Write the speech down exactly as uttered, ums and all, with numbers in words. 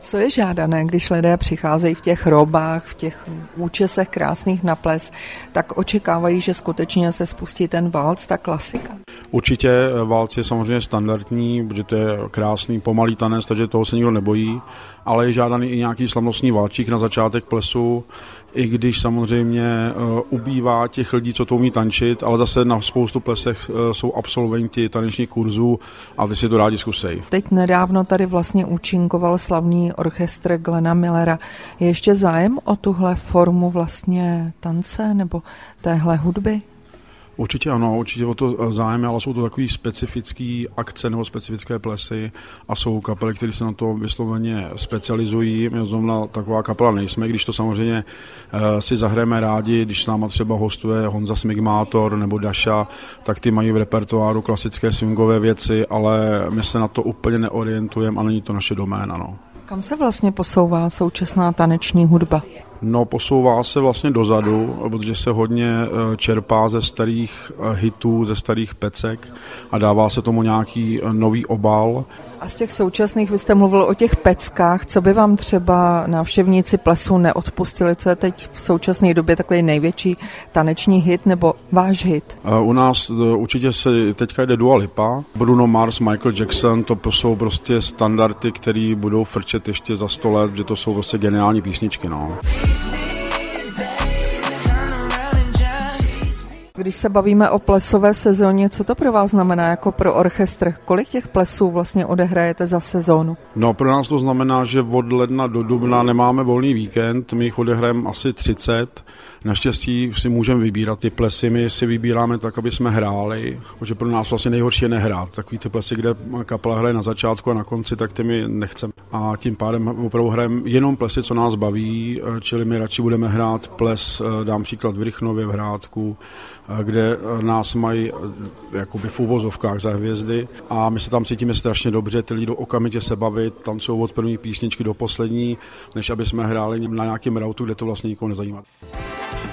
Co je žádané, když lidé přicházejí v těch robách, v těch účesech krásných na ples, tak očekávají, že skutečně se spustí ten valc, ta klasika? Určitě valc je samozřejmě standardní, protože to je krásný pomalý tanec, takže toho se nikdo nebojí, ale je žádaný i nějaký slavnostní valčík na začátek plesu, i když samozřejmě uh, ubývá těch lidí, co to umí tančit, ale zase na spoustu plesech uh, jsou absolventi tanečních kurzů a ty si to rádi zkusej. Teď nedávno tady vlastně účinkoval slavný orchestr Glena Millera. Je ještě zájem o tuhle formu vlastně tance nebo téhle hudby? Určitě ano, určitě o to zájem, ale jsou to takový specifický akce nebo specifické plesy a jsou kapely, které se na to vysloveně specializují. My zrovna taková kapela nejsme, když to samozřejmě uh, si zahrajeme rádi, když s náma třeba hostuje Honza Smigmátor nebo Daša, tak ty mají v repertoáru klasické swingové věci, ale my se na to úplně neorientujeme a není to naše doména. No. Kam se vlastně posouvá současná taneční hudba? No, posouvá se vlastně dozadu, protože se hodně čerpá ze starých hitů, ze starých pecek a dává se tomu nějaký nový obal. A z těch současných, vy jste mluvil o těch peckách, co by vám třeba návštěvníci plesu neodpustili, co je teď v současné době takový největší taneční hit nebo váš hit? U nás určitě se teďka jde Dua Lipa, Bruno Mars, Michael Jackson, to jsou prostě standardy, které budou frčet ještě za sto let, že to jsou prostě geniální písničky, no. Když se bavíme o plesové sezóně, co to pro vás znamená jako pro orchestr? Kolik těch plesů vlastně odehrajete za sezónu? No, pro nás to znamená, že od ledna do dubna nemáme volný víkend, my jich odehrajeme asi třicet. Naštěstí si můžeme vybírat ty plesy, my si vybíráme tak, aby jsme hráli, protože pro nás vlastně nejhorší je nehrát. Takový ty plesy, kde kapela hraje na začátku a na konci, tak ty my nechceme. A tím pádem opravdu hrajeme jenom plesy, co nás baví, čili my radši budeme hrát ples, dám příklad v Rychnově, v Hrádku, kde nás mají jakoby v uvozovkách za hvězdy a my se tam cítíme strašně dobře, ty lidi jdou okamžitě se bavit, tancují od první písničky do poslední, než aby jsme hráli na nějakém rautu, kde to vlastně nikoho nezajímá.